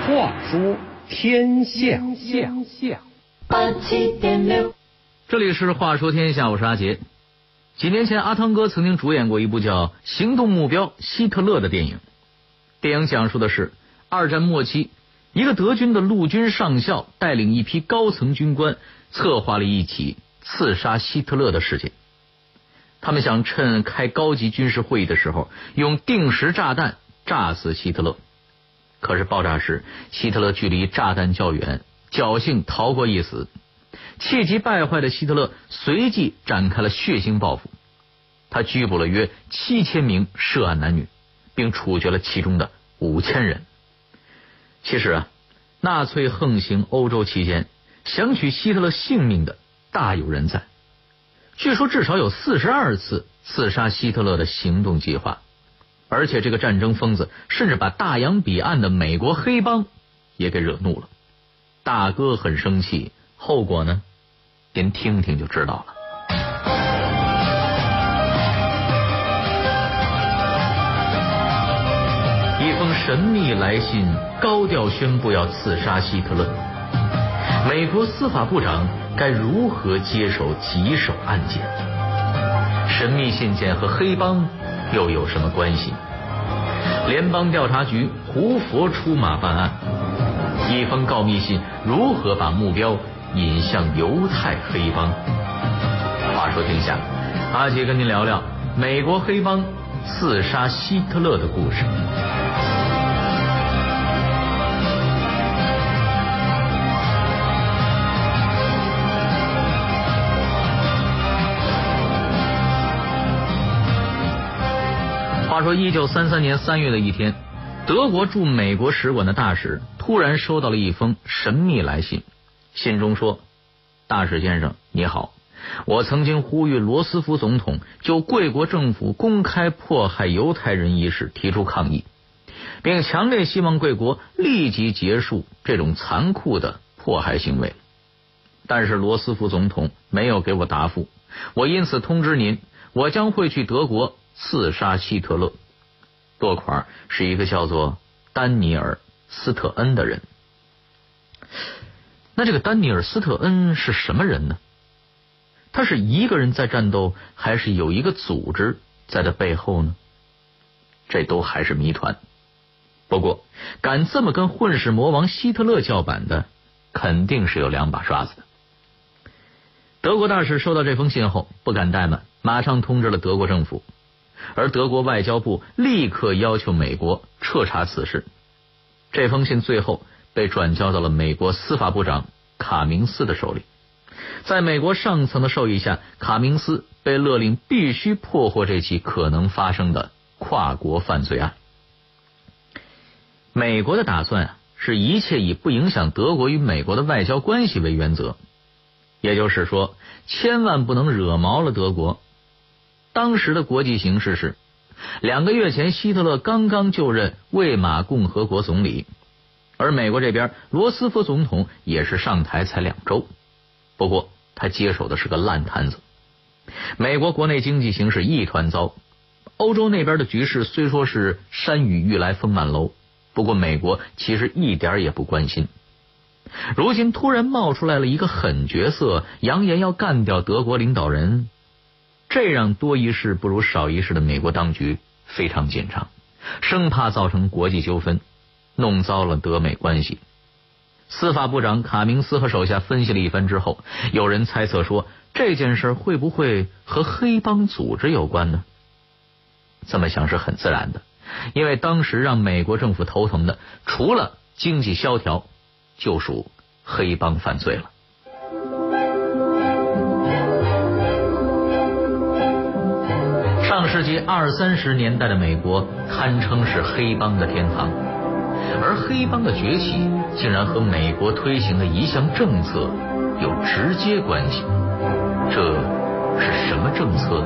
话说天下。 87.6， 这里是话说天下，我是阿杰。几年前，阿汤哥曾经主演过一部叫《行动目标：希特勒》的电影。电影讲述的是二战末期，一个德军的陆军上校带领一批高层军官，策划了一起刺杀希特勒的事件。他们想趁开高级军事会议的时候，用定时炸弹炸死希特勒。可是爆炸时，希特勒距离炸弹较远，侥幸逃过一死。气急败坏的希特勒随即展开了血腥报复，他拘捕了约7000名涉案男女，并处决了其中的5000人。其实纳粹横行欧洲期间，想取希特勒性命的大有人在。据说至少有42次刺杀希特勒的行动计划，而且这个战争疯子甚至把大洋彼岸的美国黑帮也给惹怒了。大哥很生气，后果呢？先听听就知道了。一封神秘来信高调宣布要刺杀希特勒，美国司法部长该如何接手棘手案件？神秘信件和黑帮又有什么关系？联邦调查局胡佛出马办案，一封告密信如何把目标引向犹太黑帮？话说天下，阿杰跟您聊聊美国黑帮刺杀希特勒的故事。话说1933年3月的一天，德国驻美国使馆的大使突然收到了一封神秘来信。信中说：大使先生你好，我曾经呼吁罗斯福总统就贵国政府公开迫害犹太人一事提出抗议，并强烈希望贵国立即结束这种残酷的迫害行为。但是罗斯福总统没有给我答复，我因此通知您，我将会去德国刺杀希特勒。落款是一个叫做丹尼尔·斯特恩的人。那这个丹尼尔·斯特恩是什么人呢？他是一个人在战斗，还是有一个组织在他背后呢？这都还是谜团。不过敢这么跟混世魔王希特勒叫板的，肯定是有两把刷子的。德国大使收到这封信后不敢怠慢，马上通知了德国政府，而德国外交部立刻要求美国彻查此事。这封信最后被转交到了美国司法部长卡明斯的手里。在美国上层的授意下，卡明斯被勒令必须破获这起可能发生的跨国犯罪案。美国的打算是一切以不影响德国与美国的外交关系为原则，也就是说千万不能惹毛了德国。当时的国际形势是2个月前希特勒刚刚就任魏玛共和国总理，而美国这边罗斯福总统也是上台才2周，不过他接手的是个烂摊子。美国国内经济形势一团糟，欧洲那边的局势虽说是山雨欲来风满楼，不过美国其实一点也不关心。如今突然冒出来了一个狠角色，扬言要干掉德国领导人，这让多一事不如少一事的美国当局非常紧张，生怕造成国际纠纷，弄糟了德美关系。司法部长卡明斯和手下分析了一番之后，有人猜测说这件事会不会和黑帮组织有关呢？这么想是很自然的，因为当时让美国政府头疼的除了经济萧条，就属黑帮犯罪了。上世纪20、30年代的美国堪称是黑帮的天堂，而黑帮的崛起竟然和美国推行的一项政策有直接关系。这是什么政策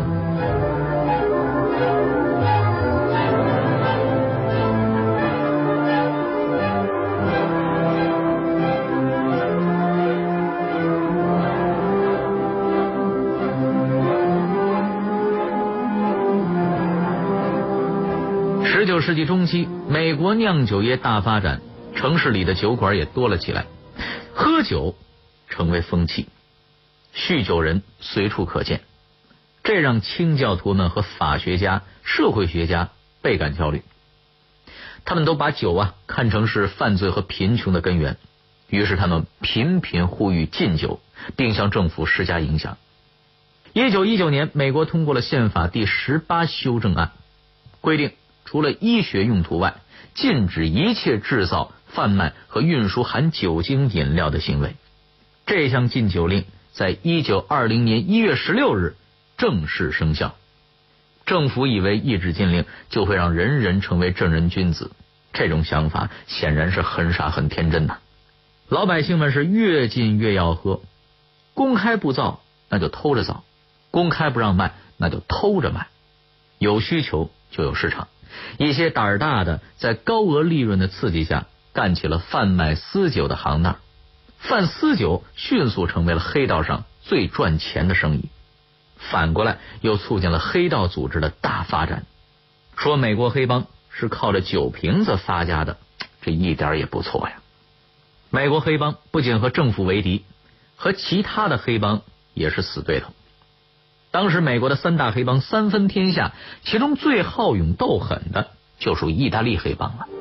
呢？19世纪中期，美国酿酒业大发展， 城市里的酒馆也多了起来，喝酒成为风气，酗酒人随处可见，这让清教徒们和法学家、社会学家倍感焦虑。他们都把酒看成是犯罪和贫穷的根源，于是他们频频呼吁禁酒，并向政府施加影响。1919年，美国通过了宪法第18修正案，规定除了医学用途外，禁止一切制造、贩卖和运输含酒精饮料的行为。这项禁酒令在1920年1月16日正式生效。政府以为一纸禁令就会让人人成为正人君子，这种想法显然是很傻很天真的。老百姓们是越禁越要喝，公开不造那就偷着造，公开不让卖那就偷着卖，有需求就有市场。一些胆儿大的在高额利润的刺激下干起了贩卖私酒的行当，贩私酒迅速成为了黑道上最赚钱的生意，反过来又促进了黑道组织的大发展。说美国黑帮是靠着酒瓶子发家的，这一点也不错呀。美国黑帮不仅和政府为敌，和其他的黑帮也是死对头。当时美国的3大黑帮三分天下，其中最好勇斗狠的就属意大利黑帮了。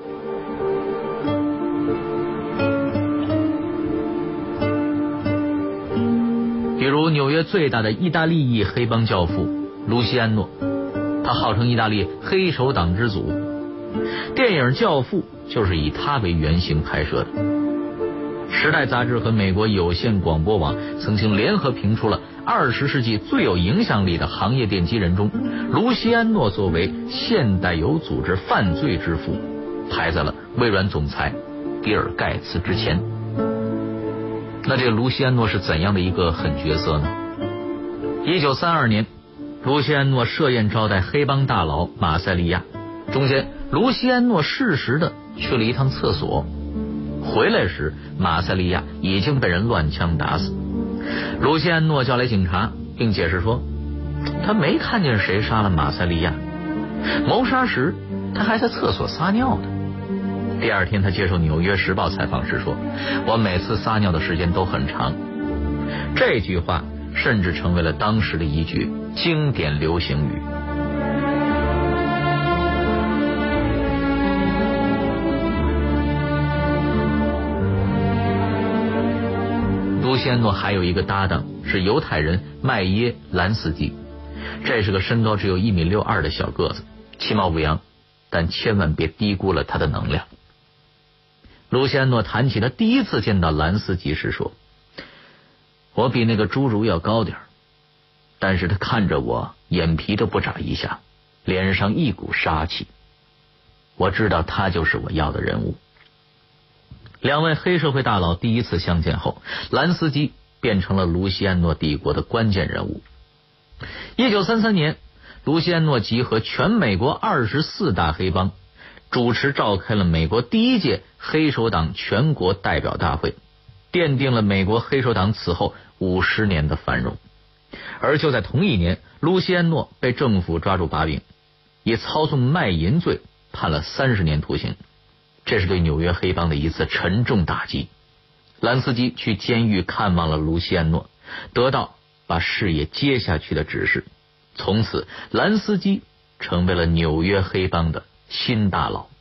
比如纽约最大的意大利裔黑帮教父卢西安诺，他号称意大利黑手党之祖，电影《教父》就是以他为原型拍摄的。时代杂志和美国有线广播网曾经联合评出了20世纪最有影响力的行业奠基人中，卢西安诺作为现代有组织犯罪之父，排在了微软总裁比尔盖茨之前。那这个卢西安诺是怎样的一个狠角色呢？1932年，卢西安诺设宴招待黑帮大佬马塞利亚，中间卢西安诺适时的去了一趟厕所，回来时马塞利亚已经被人乱枪打死。卢西安诺叫来警察，并解释说他没看见谁杀了马塞利亚，谋杀时他还在厕所撒尿呢。第二天他接受《纽约时报》采访时说，我每次撒尿的时间都很长。这句话甚至成为了当时的一句经典流行语。卢西安诺还有一个搭档是犹太人麦耶兰斯基，这是个身高只有1.62米的小个子，其貌不扬，但千万别低估了他的能量。卢西安诺谈起他第一次见到兰斯基时说，我比那个侏儒要高点，但是他看着我眼皮都不眨一下，脸上一股杀气，我知道他就是我要的人物。两位黑社会大佬第一次相见后，兰斯基变成了卢西安诺帝国的关键人物。1933年，卢西安诺集合全美国24大黑帮，主持召开了美国第一届黑手党全国代表大会，奠定了美国黑手党此后50年的繁荣。而就在同一年，卢西安诺被政府抓住把柄，以操纵卖淫罪判了30年徒刑。这是对纽约黑帮的一次沉重打击。兰斯基去监狱看望了卢西安诺，得到把事业接下去的指示。从此，兰斯基成为了纽约黑帮的新大佬。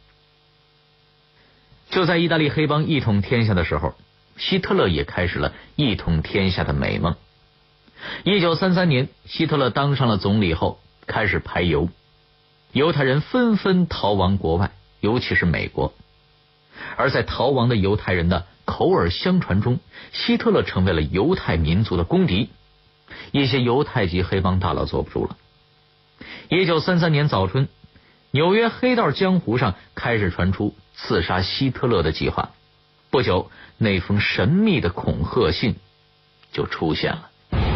就在意大利黑帮一统天下的时候，希特勒也开始了一统天下的美梦。1933年，希特勒当上了总理后，开始排犹，犹太人纷纷逃亡国外，尤其是美国。而在逃亡的犹太人的口耳相传中，希特勒成为了犹太民族的公敌。一些犹太籍黑帮大佬坐不住了。1933年早春，纽约黑道江湖上开始传出刺杀希特勒的计划。不久，那封神秘的恐吓信就出现了。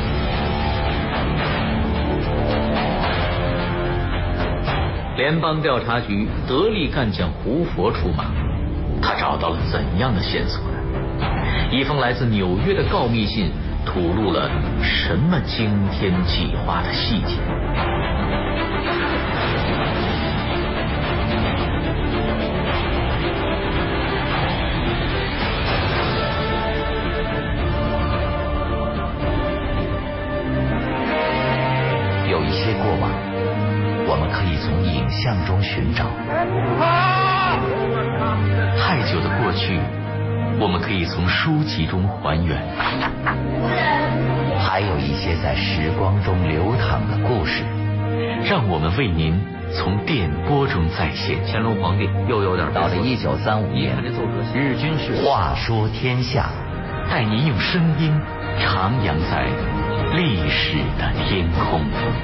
联邦调查局得力干将胡佛出马，他找到了怎样的线索呢？一封来自纽约的告密信吐露了什么惊天计划的细节？ 影像中寻找。太久的过去，我们可以从书籍中还原，还有一些在时光中流淌的故事，让我们为您从电波中再现。 乾隆皇帝又有点到了1935年，日军是话说天下，带您用声音徜徉在历史的天空。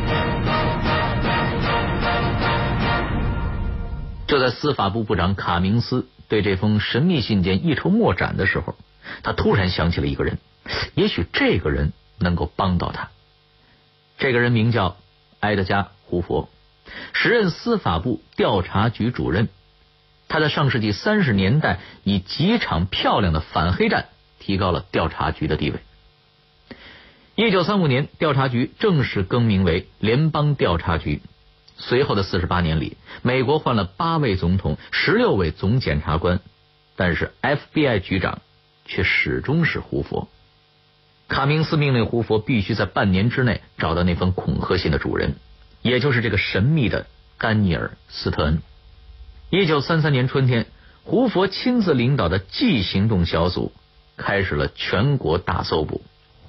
就在司法部部长卡明斯对这封神秘信件一筹莫展的时候，他突然想起了一个人，也许这个人能够帮到他。这个人名叫埃德加·胡佛，时任司法部调查局主任。他在上世纪30年代以几场漂亮的反黑战提高了调查局的地位。1935年，调查局正式更名为联邦调查局。随后的48年里，美国换了8位总统，16位总检察官，但是 FBI 局长却始终是胡佛。卡明斯命令胡佛必须在半年之内找到那封恐吓信的主人，也就是这个神秘的丹尼尔·斯特恩。1933年春天，胡佛亲自领导的 G 行动小组开始了全国大搜捕。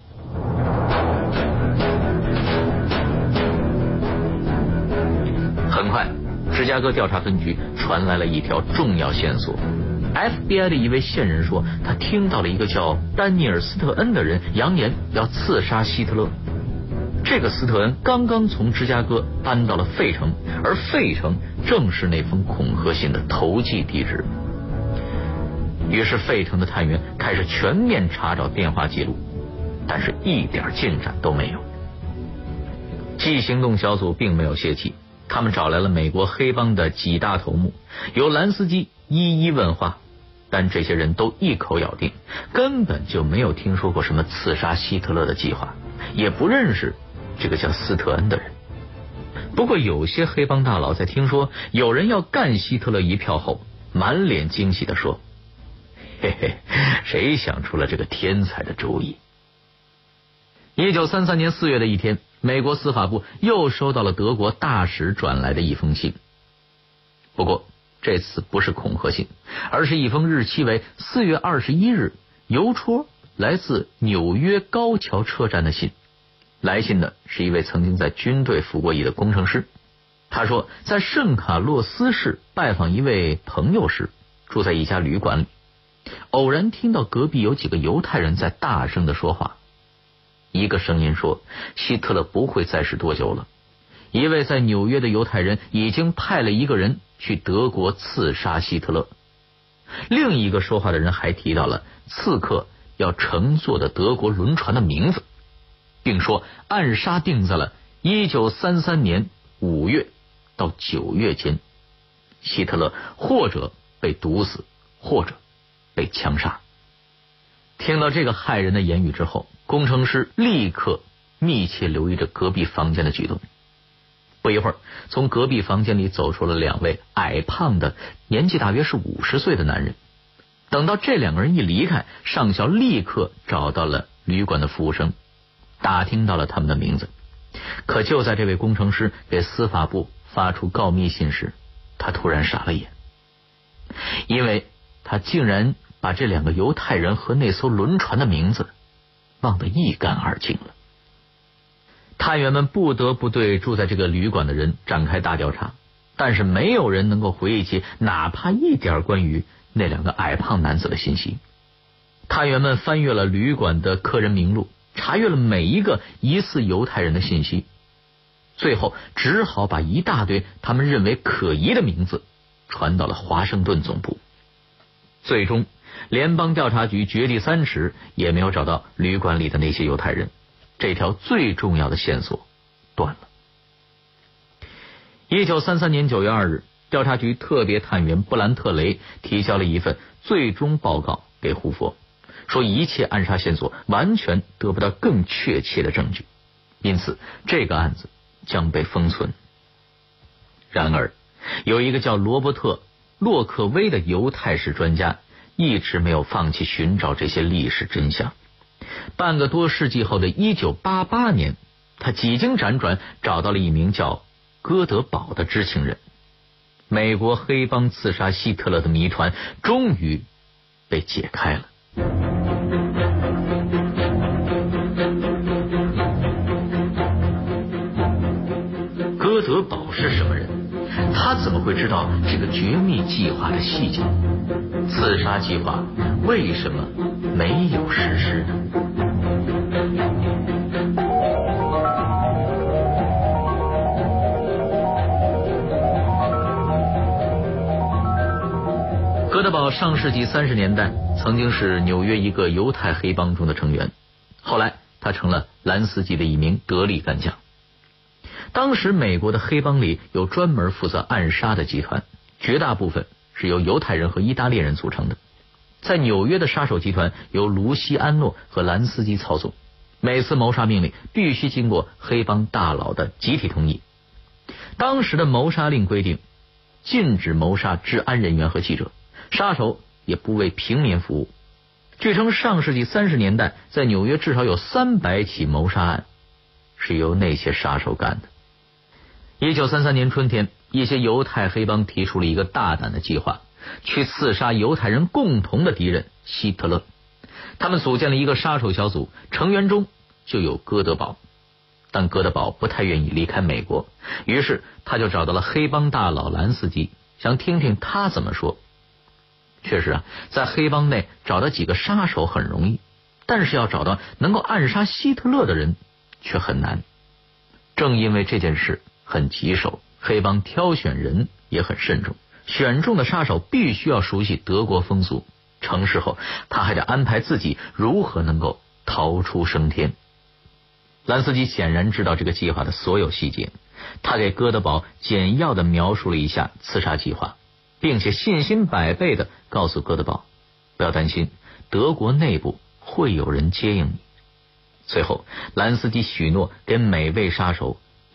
很快，芝加哥调查分局传来了一条重要线索。FBI 的一位线人说，他听到了一个叫丹尼尔·斯特恩的人扬言要刺杀希特勒。这个斯特恩刚刚从芝加哥搬到了费城，而费城正是那封恐吓信的投寄地址。于是费城的探员开始全面查找电话记录，但是一点进展都没有。G 行动小组并没有泄气，他们找来了美国黑帮的几大头目，由兰斯基一一问话，但这些人都一口咬定根本就没有听说过什么刺杀希特勒的计划，也不认识这个叫斯特恩的人。不过有些黑帮大佬在听说有人要干希特勒一票后，满脸惊喜地说，嘿嘿，谁想出了这个天才的主意。1933年4月的一天，美国司法部又收到了德国大使转来的一封信。不过这次不是恐吓信，而是一封日期为4月21日邮戳来自纽约高桥车站的信。来信的是一位曾经在军队服过役的工程师。他说，在圣卡洛斯市拜访一位朋友时，住在一家旅馆里，偶然听到隔壁有几个犹太人在大声地说话。一个声音说，希特勒不会再世多久了。一位在纽约的犹太人已经派了一个人去德国刺杀希特勒。另一个说话的人还提到了刺客要乘坐的德国轮船的名字，并说暗杀定在了1933年5月到9月间，希特勒或者被毒死，或者被枪杀。听到这个骇人的言语之后，工程师立刻密切留意着隔壁房间的举动。不一会儿，从隔壁房间里走出了2位矮胖的年纪大约是50岁的男人。等到这2个人一离开，上校立刻找到了旅馆的服务生，打听到了他们的名字。可就在这位工程师给司法部发出告密信时，他突然傻了眼，因为他竟然把这2个犹太人和那艘轮船的名字忘得一干二净了。探员们不得不对住在这个旅馆的人展开大调查，但是没有人能够回忆起哪怕一点关于那2个矮胖男子的信息。探员们翻阅了旅馆的客人名录，查阅了每一个疑似犹太人的信息，最后只好把一大堆他们认为可疑的名字传到了华盛顿总部。最终联邦调查局掘地3尺也没有找到旅馆里的那些犹太人，这条最重要的线索断了。1933年9月2日，调查局特别探员布兰特雷提交了一份最终报告给胡佛，说一切暗杀线索完全得不到更确切的证据，因此这个案子将被封存。然而有一个叫罗伯特·洛克威的犹太史专家一直没有放弃寻找这些历史真相。半个多世纪后的1988年，他几经辗转找到了一名叫哥德堡的知情人。美国黑帮刺杀希特勒的谜团终于被解开了。哥德堡是什么人？他怎么会知道这个绝密计划的细节？刺杀计划为什么没有实施呢？哥德堡上世纪30年代曾经是纽约一个犹太黑帮中的成员，后来他成了兰斯基的一名得力干将。当时美国的黑帮里有专门负责暗杀的集团，绝大部分是由犹太人和意大利人组成的。在纽约的杀手集团由卢西安诺和兰斯基操纵，每次谋杀命令必须经过黑帮大佬的集体同意。当时的谋杀令规定，禁止谋杀治安人员和记者，杀手也不为平民服务。据称上世纪30年代在纽约至少有300起谋杀案是由那些杀手干的。1933年春天，一些犹太黑帮提出了一个大胆的计划，去刺杀犹太人共同的敌人希特勒。他们组建了一个杀手小组，成员中就有哥德堡。但哥德堡不太愿意离开美国，于是他就找到了黑帮大佬兰斯基，想听听他怎么说。确实在黑帮内找到几个杀手很容易，但是要找到能够暗杀希特勒的人却很难。正因为这件事很棘手，黑帮挑选人也很慎重，选中的杀手必须要熟悉德国风俗，成事后他还得安排自己如何能够逃出升天。兰斯基显然知道这个计划的所有细节，他给哥德堡简要的描述了一下刺杀计划，并且信心百倍的告诉哥德堡，不要担心，德国内部会有人接应你。最后兰斯基许诺给每位杀手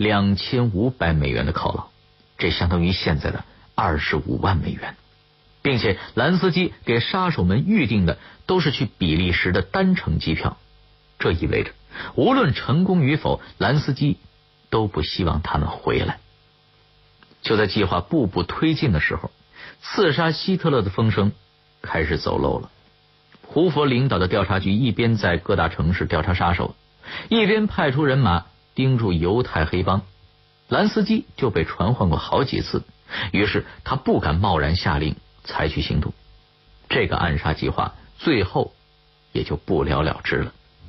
$2500的犒劳，这相当于现在的25万美元，并且兰斯基给杀手们预定的都是去比利时的单程机票。这意味着无论成功与否，兰斯基都不希望他们回来。就在计划步步推进的时候，刺杀希特勒的风声开始走漏了。胡佛领导的调查局一边在各大城市调查杀手，一边派出人马盯住犹太黑帮。兰斯基就被传唤过好几次，于是他不敢贸然下令采取行动。这个暗杀计划最后也就不了了之了。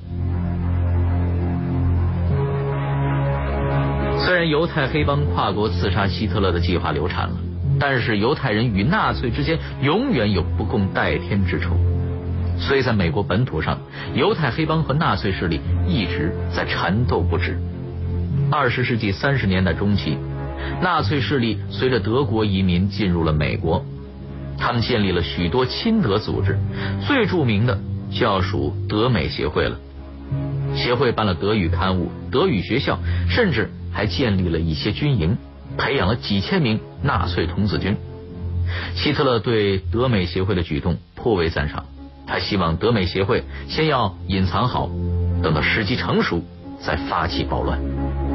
虽然犹太黑帮跨国刺杀希特勒的计划流产了，但是犹太人与纳粹之间永远有不共戴天之仇。所以在美国本土上，犹太黑帮和纳粹势力一直在缠斗不止。20世纪30年代中期，纳粹势力随着德国移民进入了美国，他们建立了许多亲德组织，最著名的就要数德美协会了。协会办了德语刊物、德语学校，甚至还建立了一些军营，培养了几千名纳粹童子军。希特勒对德美协会的举动颇为赞赏，他希望德美协会先要隐藏好，等到时机成熟再发起暴乱。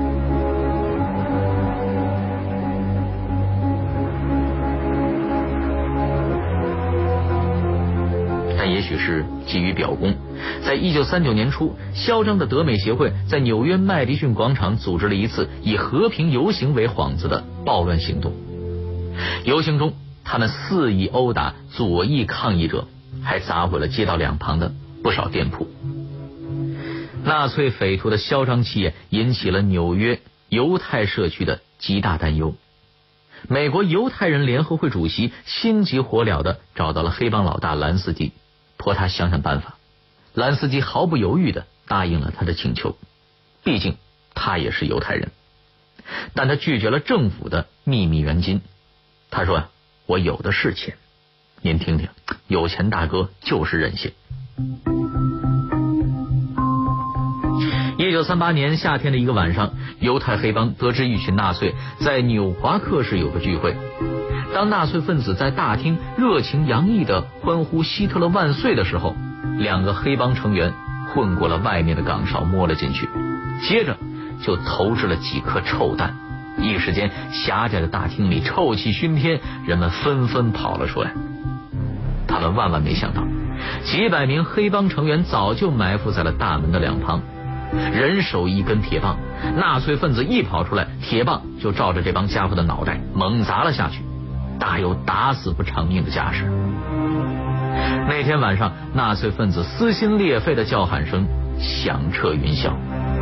但也许是基于表功，在1939年初，嚣张的德美协会在纽约麦迪逊广场组织了一次以和平游行为幌子的暴乱行动。游行中，他们肆意殴打左翼抗议者，还砸毁了街道两旁的不少店铺。纳粹匪徒的嚣张气焰引起了纽约犹太社区的极大担忧。美国犹太人联合会主席心急火燎地找到了黑帮老大兰斯基，托他想想办法。兰斯基毫不犹豫地答应了他的请求，毕竟他也是犹太人。但他拒绝了政府的秘密援金。他说我有的是钱，您听听，有钱大哥就是任性。1938年夏天的一个晚上，犹太黑帮得知一群纳粹在纽华克市有个聚会。当纳粹分子在大厅热情洋溢地欢呼希特勒万岁的时候，两个黑帮成员混过了外面的岗哨，摸了进去，接着就投掷了几颗臭弹， 一时间，狭窄的大厅里臭气熏天，人们纷纷跑了出来。他们万万没想到，几百名黑帮成员早就埋伏在了大门的两旁，人手一根铁棒，纳粹分子一跑出来，铁棒就照着这帮家伙的脑袋猛砸了下去，大有打死不偿命的架势。那天晚上，纳粹分子撕心裂肺的叫喊声响彻云霄。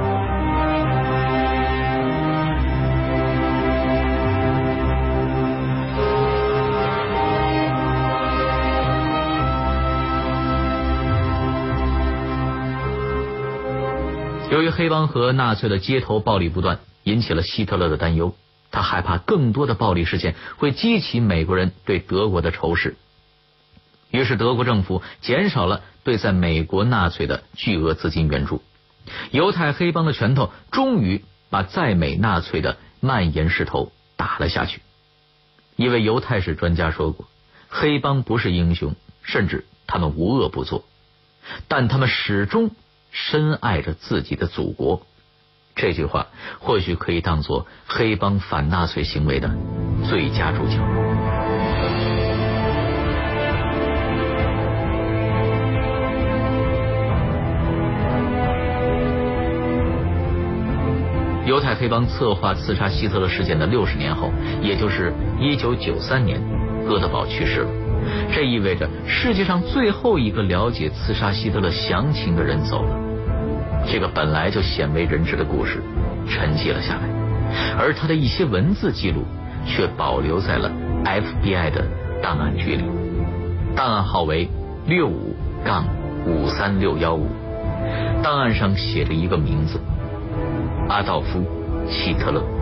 由于黑帮和纳粹的街头暴力不断，引起了希特勒的担忧，他害怕更多的暴力事件会激起美国人对德国的仇视。于是德国政府减少了对在美国纳粹的巨额资金援助，犹太黑帮的拳头终于把在美纳粹的蔓延势头打了下去。一位犹太史专家说过，黑帮不是英雄，甚至他们无恶不作，但他们始终深爱着自己的祖国。这句话或许可以当作黑帮反纳粹行为的最佳注脚。犹太黑帮策划刺杀希特勒事件的60年后，也就是1993年，哥德堡去世了。这意味着世界上最后一个了解刺杀希特勒详情的人走了。这个本来就鲜为人知的故事沉寂了下来，而他的一些文字记录却保留在了 FBI 的档案局里，档案号为65-53615，档案上写着一个名字：阿道夫·希特勒。